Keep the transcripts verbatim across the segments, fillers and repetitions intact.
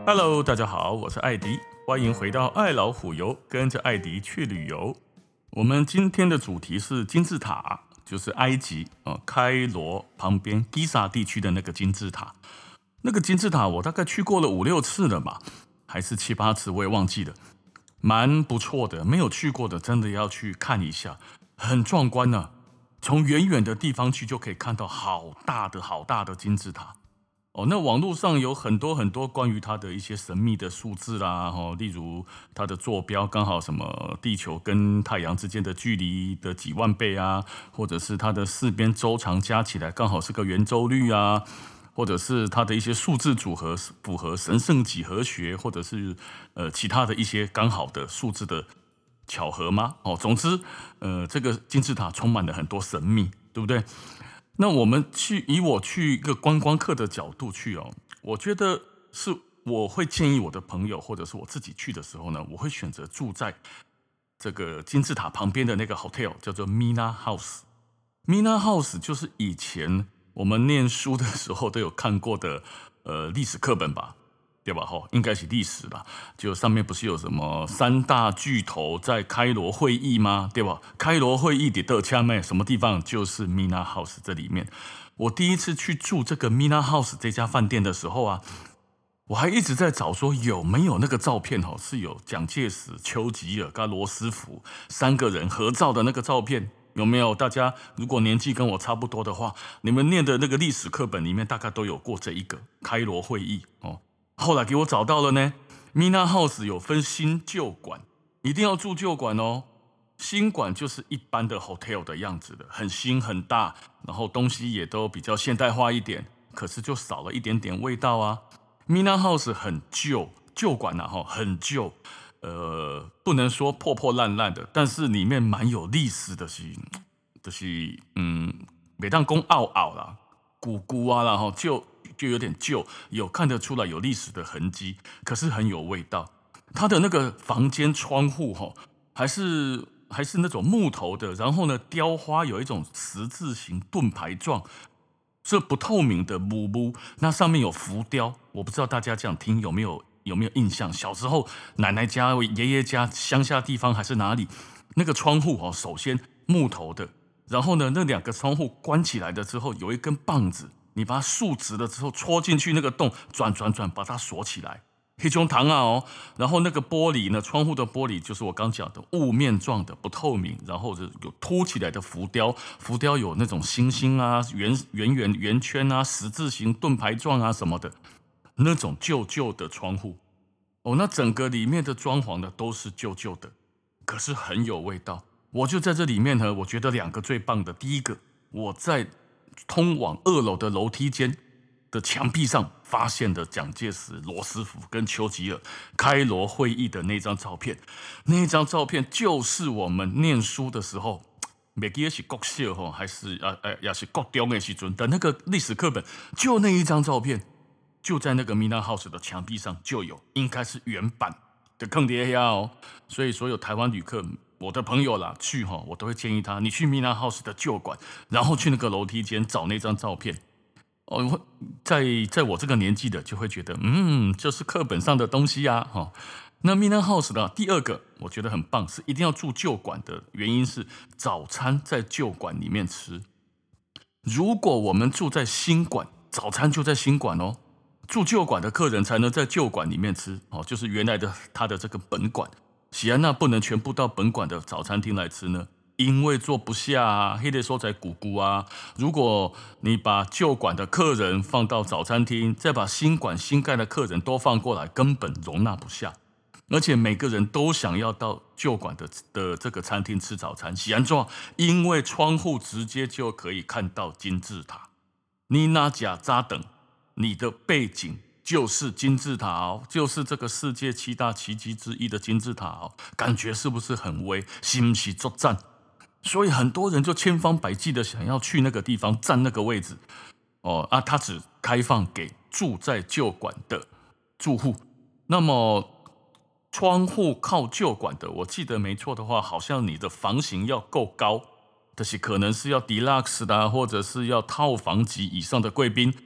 Hello，大家好，我是艾迪，欢迎回到爱老虎游，跟着艾迪去旅游。我们今天的主题是金字塔，就是埃及、呃、开罗旁边吉萨地区的那个金字塔。那个金字塔我大概去过了五六次了吧，还是七八次，我也忘记了，蛮不错的。没有去过的真的要去看一下，很壮观呢、啊。从远远的地方去就可以看到好大的好大的金字塔。哦，那网络上有很多很多关于它的一些神秘的数字啦，哦，例如它的坐标刚好什么地球跟太阳之间的距离的几万倍啊，或者是它的四边周长加起来刚好是个圆周率啊，或者是它的一些数字组合符合神圣几何学，或者是呃其他的一些刚好的数字的巧合吗？哦，总之，呃，这个金字塔充满了很多神秘，对不对？那我们去以我去一个观光客的角度去哦，我觉得是我会建议我的朋友或者是我自己去的时候呢，我会选择住在这个金字塔旁边的那个 hotel， 叫做 Mina House。Mina House 就是以前我们念书的时候都有看过的呃历史课本吧。对吧？吼，应该是历史啦。就上面不是有什么三大巨头在开罗会议吗？对吧？开罗会议的恰妹什么地方？就是 Mina House 这里面。我第一次去住这个 Mina House 这家饭店的时候啊，我还一直在找说有没有那个照片哦，是有蒋介石、丘吉尔跟罗斯福三个人合照的那个照片。有没有？大家如果年纪跟我差不多的话，你们念的那个历史课本里面大概都有过这一个开罗会议哦。后来给我找到了呢 ，Mina House 有分新旧馆，一定要住旧馆哦。新馆就是一般的 hotel 的样子的，很新很大，然后东西也都比较现代化一点，可是就少了一点点味道啊。Mina House 很旧，旧馆啊哈，很旧，呃，不能说破破烂烂的，但是里面蛮有历史的是，就是嗯，每当公傲傲啦，古古啊，然后旧。就有点旧，有看得出来有历史的痕迹，可是很有味道。它的那个房间窗户哈，还是还是那种木头的，然后呢，雕花有一种十字形盾牌状，是不透明的木木，那上面有浮雕，我不知道大家这样听有没有有没有印象？小时候奶奶家、爷爷家、乡下地方还是哪里，那个窗户哦，首先木头的，然后呢，那两个窗户关起来的之后，有一根棒子。你把它竖直了之后，戳进去那个洞，转转转，把它锁起来。黑中糖啊哦，然后那个玻璃呢，窗户的玻璃就是我刚讲的雾面状的，不透明，然后有凸起来的浮雕，浮雕有那种星星啊、圆圆圆圆圈啊、十字形盾牌状啊什么的，那种旧旧的窗户。哦，那整个里面的装潢呢都是旧旧的，可是很有味道。我就在这里面呢，我觉得两个最棒的，第一个我在。通往二楼的楼梯间的墙壁上发现的蒋介石、罗斯福跟丘吉尔开罗会议的那张照片，那张照片就是我们念书的时候，没记得是国小吼，还是啊啊也是国中的时阵的那个历史课本，就那一张照片，就在那个 Mina House 的墙壁上就有，应该是原版的坑爹呀哦，所以所有台湾旅客。我的朋友啦，去哈，我都会建议他，你去 Mina House 的旧馆，然后去那个楼梯间找那张照片。哦，在在我这个年纪的，就会觉得，嗯，这是课本上的东西呀、啊，哈。那 Mina House 的第二个，我觉得很棒，是一定要住旧馆的原因是早餐在旧馆里面吃。如果我们住在新馆，早餐就在新馆哦。住旧馆的客人才能在旧馆里面吃，哦，就是原来的他的这个本馆。喜安娜不能全部到本馆的早餐厅来吃呢，因为坐不下啊，黑得说在鼓鼓啊。如果你把旧馆的客人放到早餐厅，再把新馆新盖的客人都放过来，根本容纳不下。而且每个人都想要到旧馆的的这个餐厅吃早餐，喜安状，因为窗户直接就可以看到金字塔。你那假扎等，你的背景。就是金字塔哦，就是这个世界七大奇迹之一的金字塔哦，感觉是不是很威？是不是作战？所以很多人就千方百计的想要去那个地方占那个位置哦啊，它只开放给住在旧馆的住户。那么窗户靠旧馆的，我记得没错的话，好像你的房型要够高，就是可能是要 deluxe 的、啊，或者是要套房级以上的贵宾。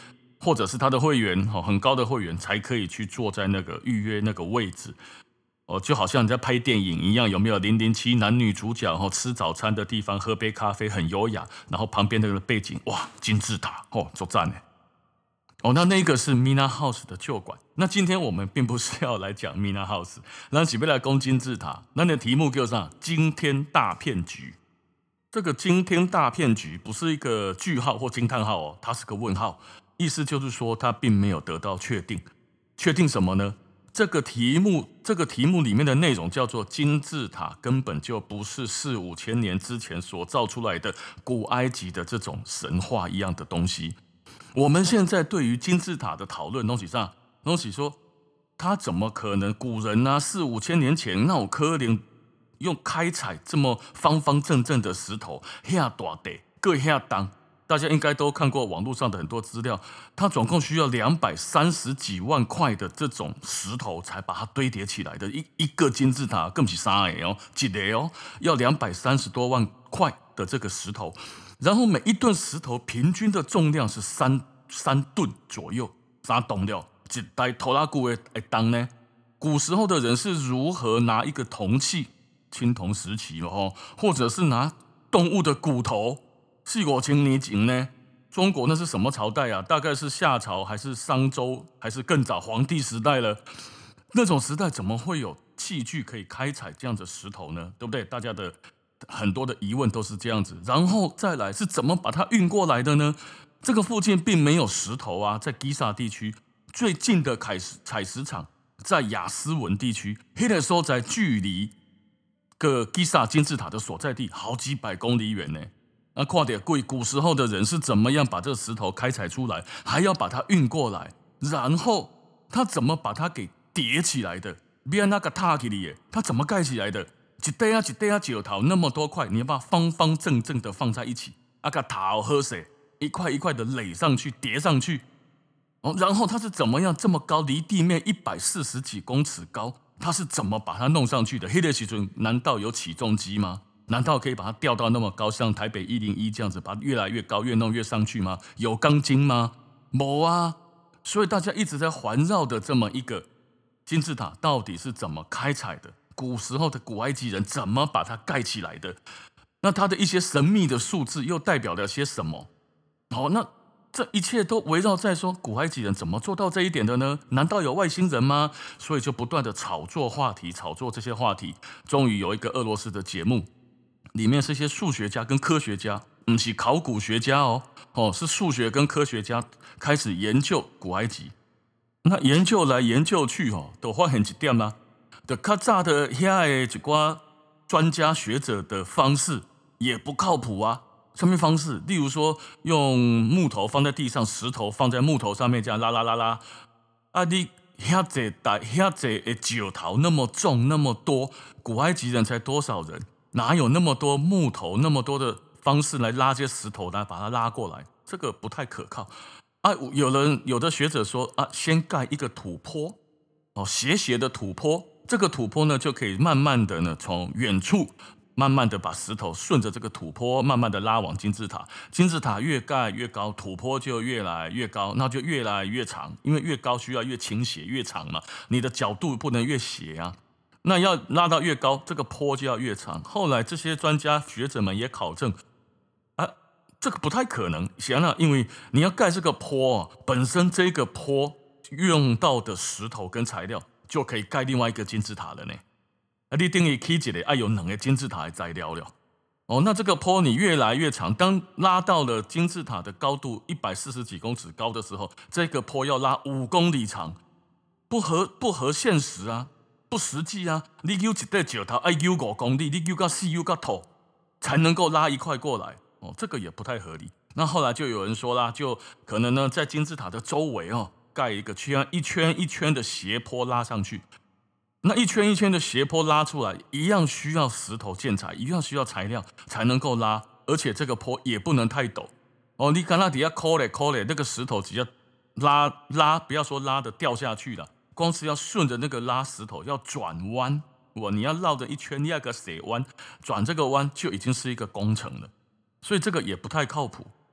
或者是他的会员很高的会员才可以去坐在那个预约那个位置。哦，就好像你在拍电影一样，有没有零零七男女主角哦吃早餐的地方喝杯咖啡很优雅，然后旁边那个背景哇金字塔哦作赞呢。哦，那那个是 Mina House 的旧馆。那今天我们并不是要来讲 Mina House， 那准备来攻金字塔。那你的题目叫啥？惊天大骗局。这个惊天大骗局不是一个句号或惊叹号哦，它是个问号，意思就是说它并没有得到确定。确定什么呢？这个题目，这个题目里面的内容叫做金字塔根本就不是四五千年之前所造出来的古埃及的这种神话一样的东西。我们现在对于金字塔的讨论，东西上，东西说，它怎么可能？古人啊，四五千年前那种可能用开采这么方方正正的石头，那大地，各那重。大家应该都看过网络上的很多资料，它总共需要两百三十几万块的这种石头才把它堆叠起来的。一一个金字塔更不是三个哦，一个哦，要两百三十多万块的这个石头，然后每一吨石头平均的重量是三三吨左右，啥懂了？一台拖拉机的重呢？古时候的人是如何拿一个铜器，青铜时期哦，或者是拿动物的骨头？四五千年前呢，中国那是什么朝代啊？大概是夏朝还是商周，还是更早黄帝时代了？那种时代怎么会有器具可以开采这样的石头呢？对不对？大家的很多的疑问都是这样子。然后再来是怎么把它运过来的呢？这个附近并没有石头啊，在吉萨地区最近的采石场在亚斯文地区，那个时候在距离个吉萨金字塔的所在地好几百公里远呢。那看点贵，古时候的人是怎么样把这个石头开采出来，还要把它运过来，然后他怎么把它给叠起来的？别那个塔起里，他怎么盖起来的？一堆啊一堆啊石头那么多块，你要把它方方正正的放在一起，啊个塔喝水，一块一块的垒上去，叠上去，哦，然后它是怎么样这么高，离地面一百四十几公尺高，它是怎么把它弄上去的？那个时候难道有起重机吗？难道可以把它吊到那么高，像台北一零一这样子，把它越来越高，越弄越上去吗？有钢筋吗？没啊！所以大家一直在环绕的这么一个金字塔，到底是怎么开采的？古时候的古埃及人怎么把它盖起来的？那它的一些神秘的数字又代表了些什么？好，那这一切都围绕在说古埃及人怎么做到这一点的呢？难道有外星人吗？所以就不断的炒作话题，炒作这些话题。终于有一个俄罗斯的节目。里面是一些数学家跟科学家，不是考古学家哦，哦是数学跟科学家开始研究古埃及。那研究来研究去哦，都发现一点啦，就较早的遐的一寡专家学者的方式也不靠谱啊。什么方式？例如说用木头放在地上，石头放在木头上面这样拉拉拉拉。啊，你遐济大遐济的石头那么重那么多，古埃及人才多少人？哪有那么多木头，那么多的方式来拉这些石头来把它拉过来？这个不太可靠啊！有人有的学者说啊，先盖一个土坡哦，斜斜的土坡，这个土坡呢就可以慢慢的呢从远处慢慢的把石头顺着这个土坡慢慢的拉往金字塔。金字塔越盖越高，土坡就越来越高，那就越来越长，因为越高需要越倾斜越长嘛，你的角度不能越斜啊。那要拉到越高，这个坡就要越长。后来这些专家学者们也考证，啊，这个不太可能。想想，因为你要盖这个坡，本身这个坡用到的石头跟材料就可以盖另外一个金字塔了呢。啊，你等于起一个爱有两个金字塔的材料了。哦，那这个坡你越来越长，当拉到了金字塔的高度一百四十几公尺高的时候，这个坡要拉五公里长，不合不合现实啊。不实际啊！你丢一块石头要丢五公里，你丢到死丢到头，才能够拉一块过来哦，这个也不太合理。那后来就有人说啦，就可能呢在金字塔的周围哦盖一个圈，一圈一圈的斜坡拉上去。那一圈一圈的斜坡拉出来，一样需要石头建材，一样需要材料才能够拉，而且这个坡也不能太陡哦。你看那底下抠嘞抠嘞，那个石头只要拉拉，不要说拉的掉下去了。光是要顺着那个拉石头要转弯，我你要绕着一圈，你要个斜弯，转这个弯就已经是一个工程了，所以这个也不太靠谱。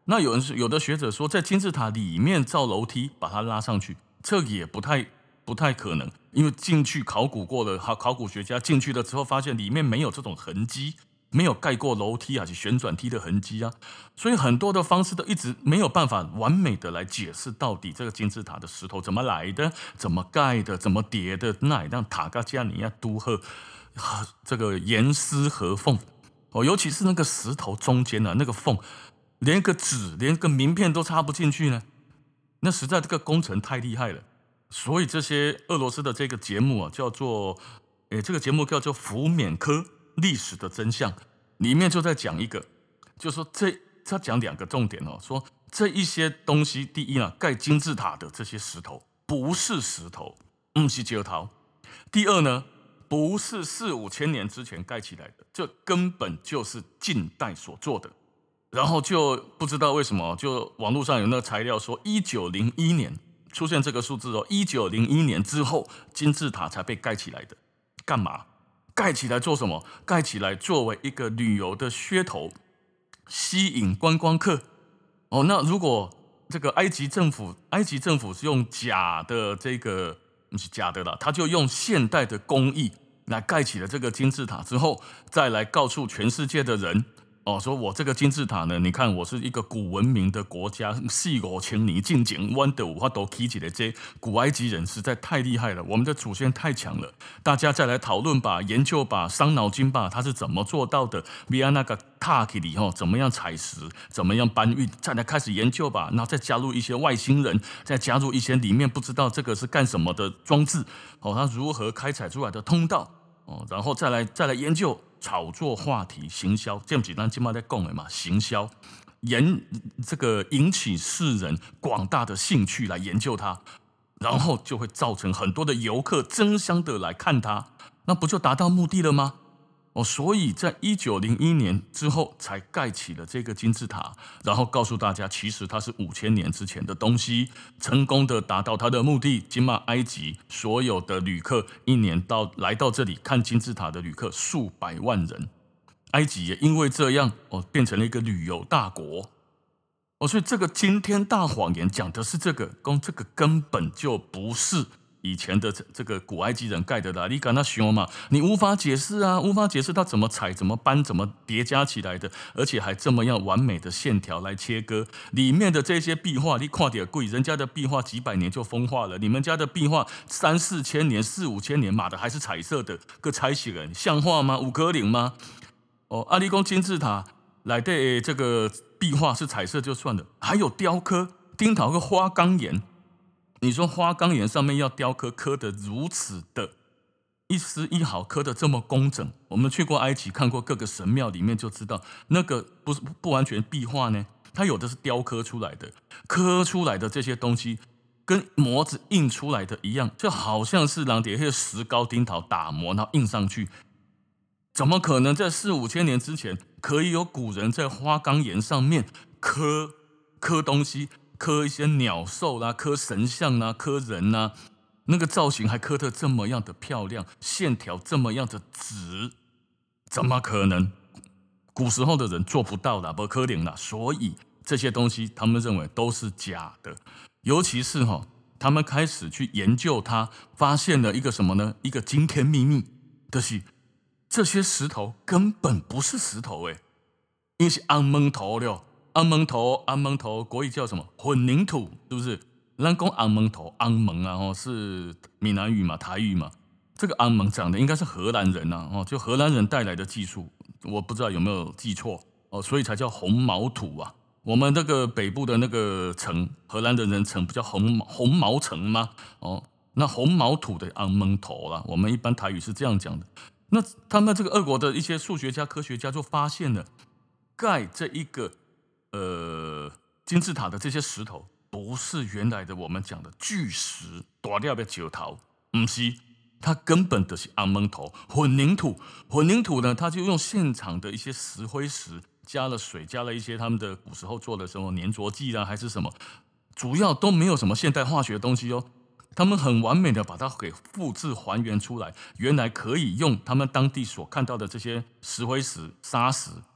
那有人有的学者说，在金字塔里面造楼梯把它拉上去，这也不太不太可能，因为进去考古过了，考考古学家进去了之后发现里面没有这种痕迹，没有盖过楼梯还是旋转梯的痕迹啊，所以很多的方式都一直没有办法完美的来解释到底这个金字塔的石头怎么来的，怎么盖的，怎么叠的，那让塔嘎加尼亚都赫这个严丝合缝哦，尤其是那个石头中间啊那个缝。连个纸、连个名片都插不进去呢，那实在这个工程太厉害了。所以这些俄罗斯的这个节目啊，叫做，诶，这个节目叫做《福缅科历史的真相》，里面就在讲一个，就说这他讲两个重点哦，说这一些东西，第一呢，盖金字塔的这些石头不是石头，不是石头；第二呢，不是四五千年之前盖起来的，这根本就是近代所做的。然后就不知道为什么，就网络上有那个材料说，一九零一年出现这个数字哦，一九零一年之后金字塔才被盖起来的。干嘛？盖起来做什么？盖起来作为一个旅游的噱头，吸引观光客。哦，那如果这个埃及政府，埃及政府是用假的这个，不是假的啦，他就用现代的工艺来盖起了这个金字塔之后，再来告诉全世界的人。哦，说我这个金字塔呢，你看我是一个古文明的国家，四五千年进前，我的五花都起起来，这古埃及人实在太厉害了，我们的祖先太强了，大家再来讨论吧，研究吧，伤脑筋吧，他是怎么做到的？比如那个塔起里吼，怎么样采石，怎么样搬运，再来开始研究吧，然后再加入一些外星人，再加入一些里面不知道这个是干什么的装置，哦，它如何开采出来的通道，哦，然后再来再来研究。炒作话题、行销，这不是咱今麦在讲的嘛？行销，引这个引起世人广大的兴趣来研究它，然后就会造成很多的游客争相的来看它，那不就达到目的了吗？哦，所以在一九零一年之后才盖起了这个金字塔，然后告诉大家，其实它是五千年之前的东西，成功的达到它的目的。今嘛埃及所有的旅客一年到来到这里看金字塔的旅客数百万人，埃及也因为这样哦变成了一个旅游大国。哦，所以这个惊天大谎言讲的是这个，公这个根本就不是。以前的这个古埃及人盖的啦，你敢那想嘛？你无法解释啊，无法解释它怎么踩、怎么搬、怎么叠加起来的，而且还这么样完美的线条来切割里面的这些壁画，你看点贵，人家的壁画几百年就风化了，你们家的壁画三四千年、四五千年，妈的还是彩色的，个彩写人像话吗？五颗零吗？哦，阿里宫金字塔来的这个壁画是彩色就算了，还有雕刻，钉讨个花岗岩。你说花岗岩上面要雕刻，刻得如此的一丝一毫，刻得这么工整。我们去过埃及，看过各个神庙里面就知道，那个不是不完全壁画呢，它有的是雕刻出来的，刻出来的这些东西跟模子印出来的一样，就好像是让这些石膏钉陶打磨，然后印上去。怎么可能在四五千年之前，可以有古人在花岗岩上面刻刻东西？刻一些鸟兽啦，刻神像啦，刻人啦，那个造型还刻得这么样的漂亮，线条这么样的直，怎么可能？古时候的人做不到啦，不可能啦。所以这些东西他们认为都是假的，尤其是哈，他们开始去研究它，发现了一个什么呢？一个惊天秘密，就是这些石头根本不是石头诶，因为是安蒙头了。安蒙头，安蒙头，国语叫什么？混凝土，是不是？咱讲安蒙头，安蒙啊，哦，是闽南语嘛，台语嘛。这个安蒙讲的应该是荷兰人呐，哦，就荷兰人带来的技术，我不知道有没有记错哦，所以才叫红毛土啊。我们那个北部的那个城，荷兰的人城不叫红红毛城吗？哦，那红毛土的安蒙头啦，我们一般台语是这样讲的。那他们这个俄国的一些数学家、科学家就发现了，盖这一个。呃，金字塔的这些石头不是原来的我们讲的巨石，大料的石头，不是，它根本就是安蒙头混凝土。混凝土呢，它就用现场的一些石灰石，加了水，加了一些他们的古时候做的什么粘着剂啊，还是什么，主要都没有什么现代化学的东西哦。他们很完美的把它给复制还原出来，原来可以用他们当地所看到的这些石灰石、砂石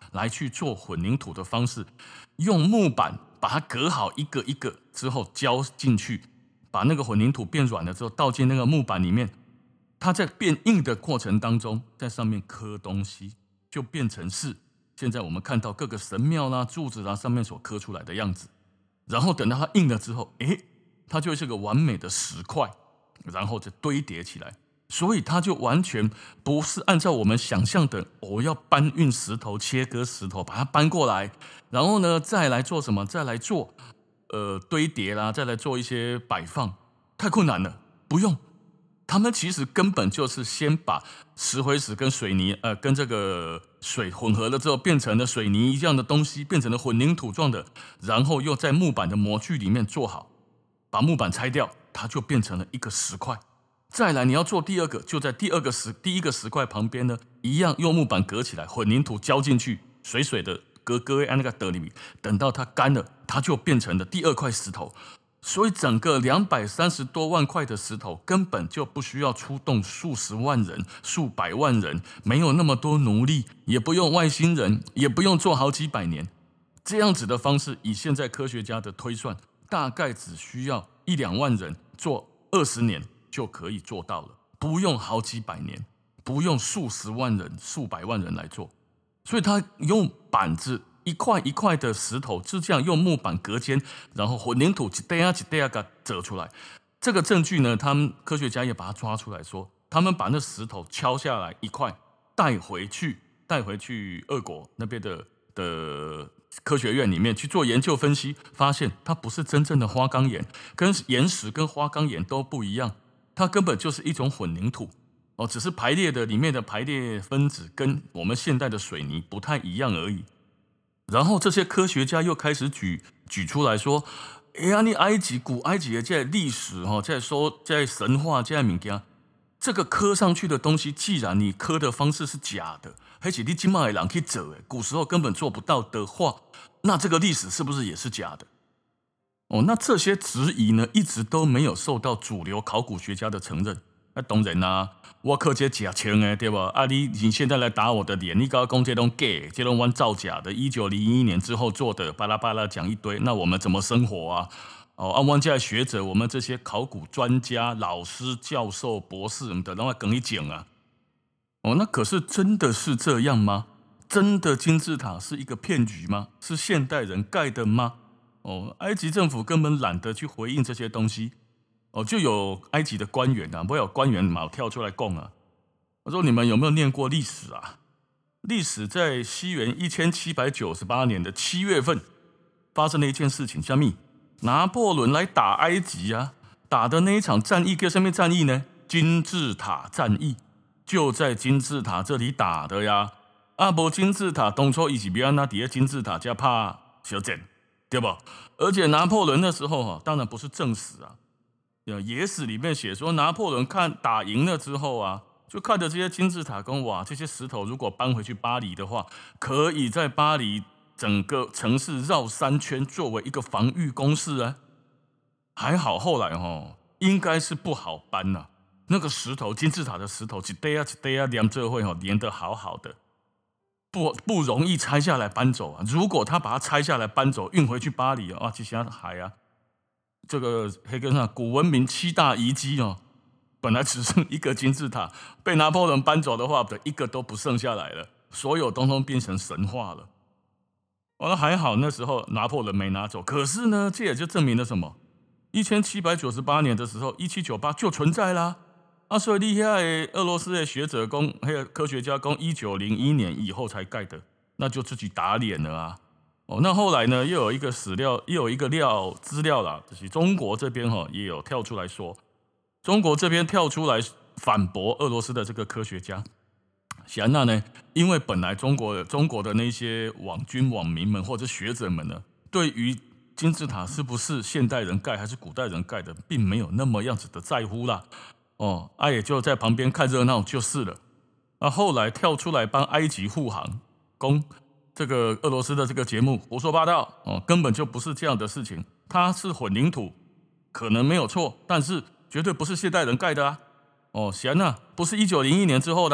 来去做混凝土的方式，用木板把它隔好一个一个之后浇进去，把那个混凝土变软了之后倒进那个木板里面，它在变硬的过程当中，在上面刻东西，就变成是现在我们看到各个神庙啦、柱子啦上面所刻出来的样子。然后等到它硬了之后，诶，它就会是个完美的石块，然后再堆叠起来。所以它就完全不是按照我们想象的，我、哦、要搬运石头、切割石头，把它搬过来，然后呢再来做什么？再来做呃堆叠啦，再来做一些摆放，太困难了。不用，他们其实根本就是先把石灰石跟水泥，呃，跟这个水混合了之后，变成了水泥一样的东西，变成了混凝土状的，然后又在木板的模具里面做好，把木板拆掉，它就变成了一个石块。再来，你要做第二个，就在第二个石第一个石块旁边呢，一样用木板隔起来，混凝土浇进去，水水的隔隔在那个德里面，等到它干了，它就变成了第二块石头。所以整个两百三十多万块的石头，根本就不需要出动数十万人、数百万人，没有那么多奴隶，也不用外星人，也不用做好几百年。这样子的方式，以现在科学家的推算，大概只需要一两万人做二十年。就可以做到了，不用好几百年，不用数十万人、数百万人来做。所以他用板子一块一块的石头，就这样用木板隔间，然后混凝土一堆啊一堆啊给它折出来。这个证据呢，他们科学家也把它抓出来说，他们把那石头敲下来一块，带回去，带回去俄国那边的的科学院里面去做研究分析，发现它不是真正的花岗岩，跟岩石跟花岗岩都不一样。它根本就是一种混凝土哦，只是排列的里面的排列分子跟我们现代的水泥不太一样而已。然后这些科学家又开始举举出来说，哎呀，你埃及古埃及的这历史哈，在说在神话这物件，这个刻上去的东西，既然你刻的方式是假的，而且你今麦人去做，古时候根本做不到的话，那这个历史是不是也是假的？哦，那这些质疑呢，一直都没有受到主流考古学家的承认。那当然啊，我刻这假枪哎，对吧？啊你，你现在来打我的脸，你刚刚讲这种 gay， 这种玩造假的，一九零一年之后做的，巴拉巴拉讲一堆，那我们怎么生活啊？哦，啊，我们这些学者，我们这些考古专家、老师、教授、博士什么的，然后跟你讲啊。哦，那可是真的是这样吗？真的金字塔是一个骗局吗？是现代人盖的吗？哦，埃及政府根本懒得去回应这些东西，哦，就有埃及的官员啊，不有官员嘛跳出来供啊，我说你们有没有念过历史啊？历史在西元一千七百九十八年的七月份发生了一件事情，什么？拿破仑来打埃及啊，打的那一场战役叫什么战役呢？金字塔战役，就在金字塔这里打的呀。啊，无金字塔当初伊是要那底下金字塔才怕小战。对吧？而且拿破仑那时候啊，当然不是正史啊，野史里面写说，拿破仑看打赢了之后啊，就看着这些金字塔跟哇，这些石头如果搬回去巴黎的话，可以在巴黎整个城市绕三圈，作为一个防御工事啊。还好后来哦，应该是不好搬呐、啊，那个石头金字塔的石头一堆啊一堆啊连这会哦连得好好的。不不容易拆下来搬走啊！如果他把它拆下来搬走，运回去巴黎啊，其实海啊，这个黑根上古文明七大遗迹哦，本来只剩一个金字塔，被拿破仑搬走的话，一个都不剩下来了，所有通通变成神话了。完了还好那时候拿破仑没拿走，可是呢，这也就证明了什么？一千七百九十八年的时候，一七九八就存在啦。啊，所以厉害的俄罗斯的学者讲，还有科学家讲，一九零一年以后才盖的，那就自己打脸了啊！哦，那后来呢，又有一个史料，又有一个料资料啦，就是中国这边哈也有跳出来说，中国这边跳出来反驳俄罗斯的这个科学家。显然呢，因为本来中国中国的那些网军网民们或者学者们呢，对于金字塔是不是现代人盖还是古代人盖的，并没有那么样子的在乎啦。哦，啊也就在旁边看热闹就是了。啊，后来跳出来帮埃及护航，攻这个俄罗斯的这个节目胡说八道哦，根本就不是这样的事情。它是混凝土，可能没有错，但是绝对不是现代人盖的啊。哦，显然不是一九零一年之后的啊。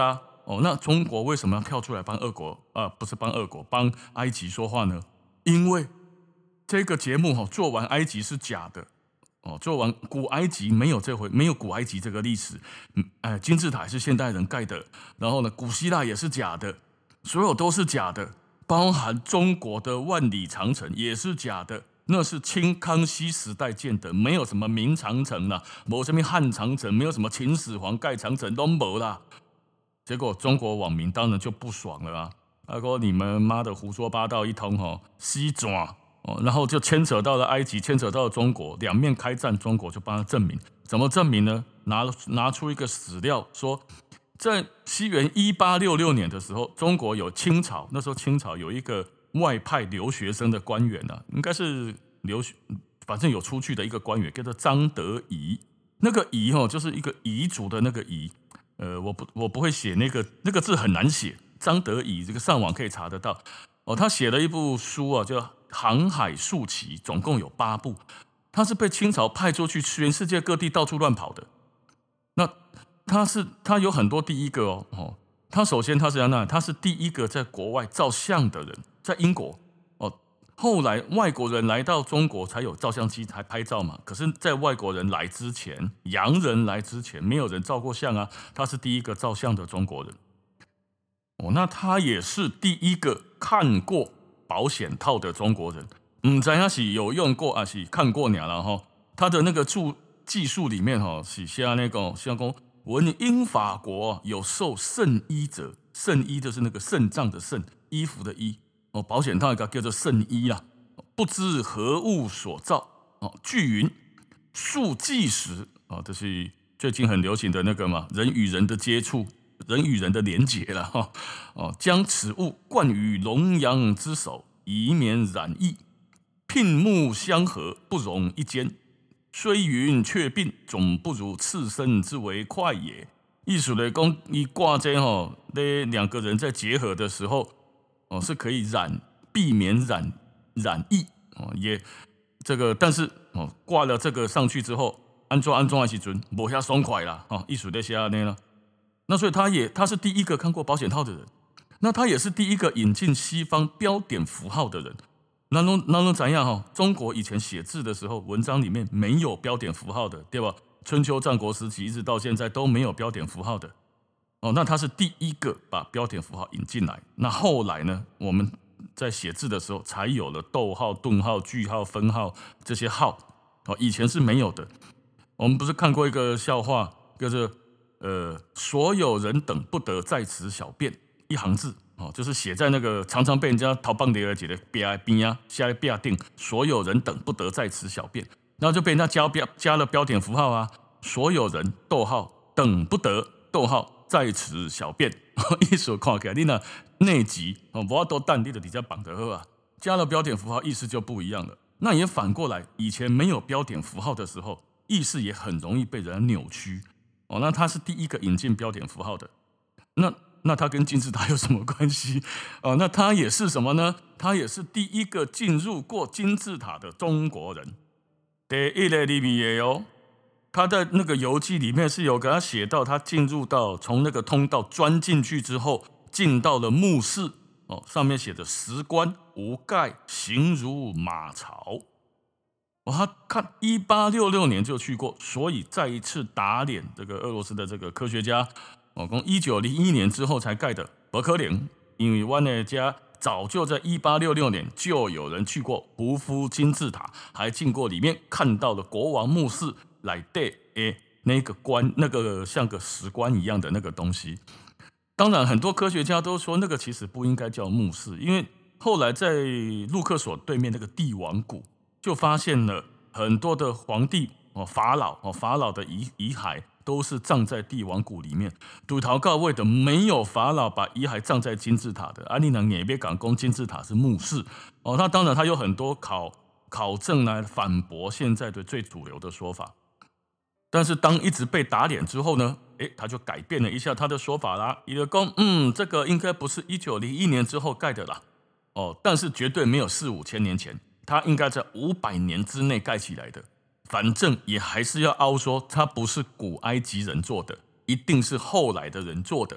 哦，那中国为什么要跳出来帮俄国？呃，不是帮俄国，帮埃及说话呢？因为这个节目哈做完埃及是假的哦，做完古埃及没有这回，没有古埃及这个历史。嗯，哎，金字塔是现代人盖的，然后呢，古希腊也是假的，所有都是假的，包含中国的万里长城也是假的。那是清康熙时代建的，没有什么明长城啦，没有什么汉长城，没有什么秦始皇盖长城都没啦。结果中国网民当然就不爽了啊！他说你们妈的胡说八道一通哦，西爪哦，然后就牵扯到了埃及，牵扯到了中国，两面开战，中国就帮他证明。怎么证明呢？拿拿出一个史料说，在西元一八六六年的时候，中国有清朝，那时候清朝有一个外派留学生的官员啊，应该是留学，反正有出去的一个官员，叫做张德仪。那个仪哦，就是一个彝族的那个彝。呃，我不我不会写那个那个字很难写。张德仪这个上网可以查得到哦，他写了一部书啊，叫《航海速骑》，总共有八部。他是被清朝派出去全世界各地到处乱跑的。那他是他有很多第一个哦哦，他首先他是在那，他是第一个在国外照相的人，在英国哦。后来外国人来到中国才有照相机才拍照嘛，可是在外国人来之前，洋人来之前，没有人照过相啊，他是第一个照相的中国人哦。那他也是第一个看过保险套的中国人，不知道是有用过还是看过鸟了哈。他的那个注技术里面哈是写那个像讲文英法国有受圣衣者，圣衣就是那个肾脏的肾，衣服的衣。哦，保险套一个叫做圣衣啦，不知何物所造哦。据云，数计时哦，这是最近很流行的那个嘛，人与人的接触，人与人的连结了哈。哦，将此物冠于龙阳之首，以免染疫。聘目相合，不容一间。虽云却病，总不如刺身之为快也。意思来讲，你挂这哈，那两个人在结合的时候。哦，是可以染避免染染疫哦，也这个，但是哦挂了这个上去之后，安装安装的时阵没遐爽快啦哦，艺术在下那了。那所以他也他是第一个看过保险套的人，那他也是第一个引进西方标点符号的人。那侬那侬怎样哈？中国以前写字的时候，文章里面没有标点符号的，对吧？春秋战国时期一直到现在都没有标点符号的。哦，那他是第一个把标点符号引进来。那后来呢，我们在写字的时候才有了逗号、顿号、句号、分号这些号。哦，以前是没有的。我们不是看过一个笑话，就是呃，所有人等不得在此小便，一行字哦，就是写在那个常常被人家逃棒的而且的边边啊，下来边定，所有人等不得在此小便，然后就被人家加标加了标点符号啊，所有人逗号等不得逗号。在此小便，意思看起来你那内急哦，不要多淡定的底下绑得喝啊，加了标点符号，意思就不一样了。那也反过来，以前没有标点符号的时候，意思也很容易被人扭曲哦。那他是第一个引进标点符号的，那那他跟金字塔有什么关系哦？那他也是什么呢？他也是第一个进入过金字塔的中国人，第一个里面也有。他在那个游记里面是有给他写到，他进入到从那个通道钻进去之后，进到了墓室哦，上面写着石棺无盖，形如马槽。哦，他看一八六六年就去过，所以再一次打脸这个俄罗斯的这个科学家哦，从一九零一年之后才盖的，不可能，因为我们家早就在一八六六年就有人去过胡夫金字塔，还进过里面看到了国王墓室。来对诶，那个棺，那个像个石棺一样的那个东西。当然，很多科学家都说那个其实不应该叫墓室，因为后来在陆克所对面那个帝王谷，就发现了很多的皇帝哦、法老哦、法老的遗遗骸都是葬在帝王谷里面。赌陶告位的没有法老把遗骸葬在金字塔的，安利能也别敢攻金字塔是墓室哦。那当然，他有很多考考证来反驳现在的最主流的说法。但是当一直被打脸之后呢，诶，他就改变了一下他的说法啦。伊就说，嗯，这个应该不是一九零一年之后盖的啦，哦，但是绝对没有四五千年前，他应该在五百年之内盖起来的。反正也还是要凹说，他不是古埃及人做的，一定是后来的人做的。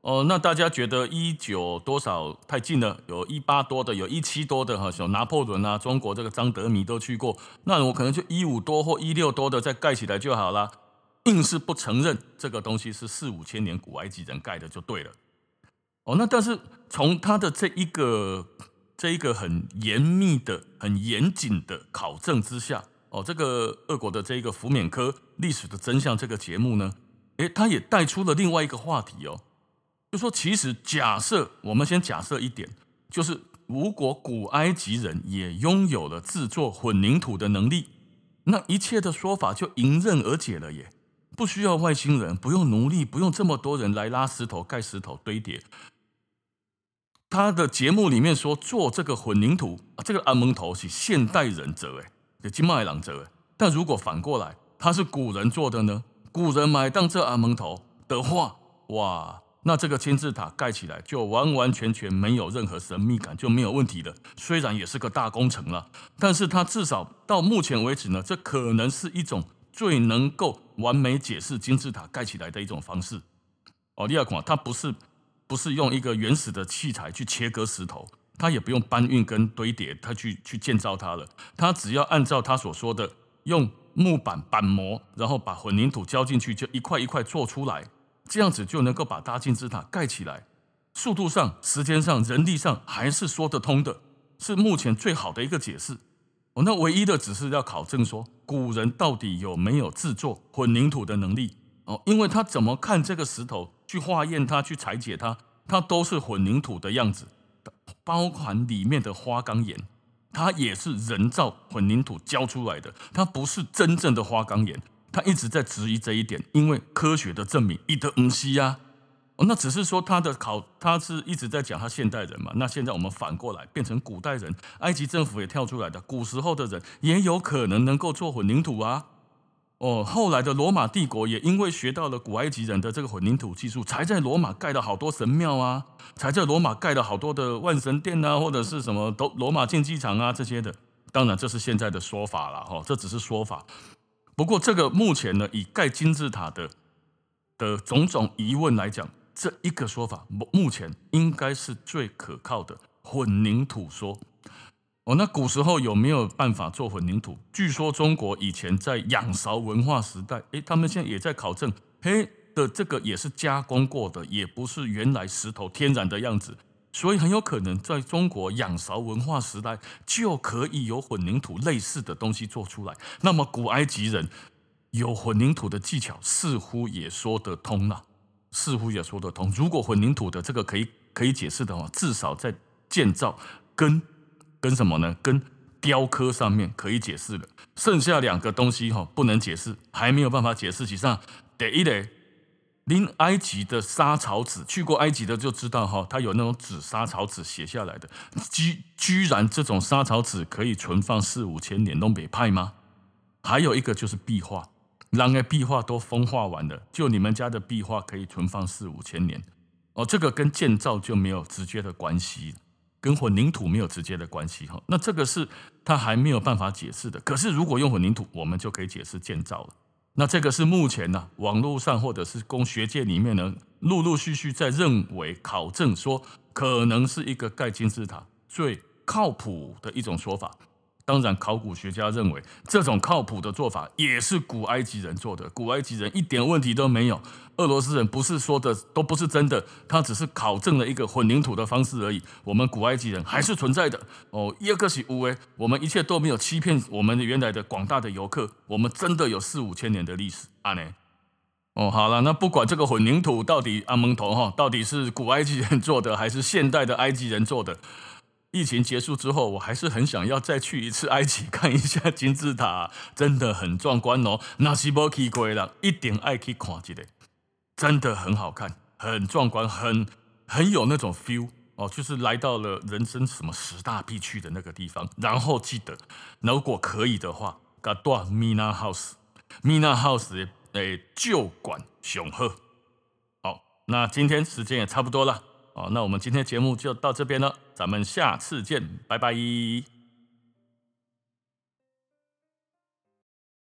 哦，那大家觉得一九多少太近了？有一八多的，有一七多的哈，像拿破仑啊，中国这个张德米都去过，那我可能就一五多或一六多的再盖起来就好了。硬是不承认这个东西是四五千年古埃及人盖的就对了。哦，那但是从他的这一个这一个很严密的、很严谨的考证之下，哦，这个俄国的这一个福缅科历史的真相这个节目呢，诶，他也带出了另外一个话题哦。就说其实假设我们先假设一点，就是如果古埃及人也拥有了制作混凝土的能力，那一切的说法就迎刃而解了耶，不需要外星人，不用奴隶，不用这么多人来拉石头盖石头堆叠。他的节目里面说做这个混凝土，这个阿蒙头是现代人做的，就金麦郎做的。但如果反过来，他是古人做的呢？古人买当这阿蒙头的话，哇！那这个金字塔盖起来就完完全全没有任何神秘感，就没有问题了。虽然也是个大工程了，但是它至少到目前为止呢，这可能是一种最能够完美解释金字塔盖起来的一种方式。哦，第二款，它不是不是用一个原始的器材去切割石头，它也不用搬运跟堆叠，它去去建造它了。它只要按照他所说的，用木板板模，然后把混凝土浇进去，就一块一块做出来。这样子就能够把大金字塔盖起来，速度上、时间上、人力上还是说得通的，是目前最好的一个解释。哦，那唯一的只是要考证说，古人到底有没有制作混凝土的能力？哦，因为他怎么看这个石头，去化验它，去裁解它，它都是混凝土的样子，包含里面的花岗岩，它也是人造混凝土浇出来的，它不是真正的花岗岩。他一直在质疑这一点，因为科学的证明一德唔西呀。哦，那只是说他的考，他是一直在讲他现代人嘛。那现在我们反过来变成古代人，埃及政府也跳出来的，古时候的人也有可能能够做混凝土啊。哦，后来的罗马帝国也因为学到了古埃及人的这个混凝土技术，才在罗马盖了好多神庙啊，才在罗马盖了好多的万神殿啊，或者是什么都罗马竞技场啊这些的。当然，这是现在的说法了哈，这只是说法。不过，这个目前呢，以盖金字塔的的种种疑问来讲，这一个说法目前应该是最可靠的混凝土说。哦，那古时候有没有办法做混凝土？据说中国以前在仰韶文化时代，诶，他们现在也在考证，嘿的这个也是加工过的，也不是原来石头天然的样子。所以很有可能在中国仰韶文化时代就可以有混凝土类似的东西做出来。那么古埃及人有混凝土的技巧，似乎也说得通了，似乎也说得通。如果混凝土的这个可以可以解释的话，至少在建造跟跟什么呢？跟雕刻上面可以解释的。剩下两个东西哈不能解释，还没有办法解释。其实上，第一嘞。临埃及的沙草纸，去过埃及的就知道哈，它有那种纸沙草纸写下来的，居居然这种沙草纸可以存放四五千年，东北派吗？还有一个就是壁画，人的壁画都风化完了，就你们家的壁画可以存放四五千年，哦，这个跟建造就没有直接的关系，跟混凝土没有直接的关系哈。那这个是它还没有办法解释的。可是如果用混凝土，我们就可以解释建造了。那这个是目前呢、啊，网络上或者是工学界里面呢，陆陆续续在认为考证说，可能是一个盖金字塔最靠谱的一种说法。当然，考古学家认为这种靠谱的做法也是古埃及人做的，古埃及人一点问题都没有。俄罗斯人不是说的都不是真的，他只是考证了一个混凝土的方式而已。我们古埃及人还是存在的哦，一个是无为，我们一切都没有欺骗我们原来的广大的游客，我们真的有四五千年的历史啊呢。哦，好了，那不管这个混凝土到底阿蒙头哈，到底是古埃及人做的还是现代的埃及人做的？疫情结束之后，我还是很想要再去一次埃及看一下金字塔，真的很壮观哦。那是没去过的，一定爱去看一下，真的很好看，很壮观，很很有那种 feel 哦，就是来到了人生什么十大必去的那个地方。然后记得，如果可以的话，赶住 Mina House，Mina House 的旧馆上好。好，那今天时间也差不多了。哦，那我们今天节目就到这边了，咱们下次见，拜拜。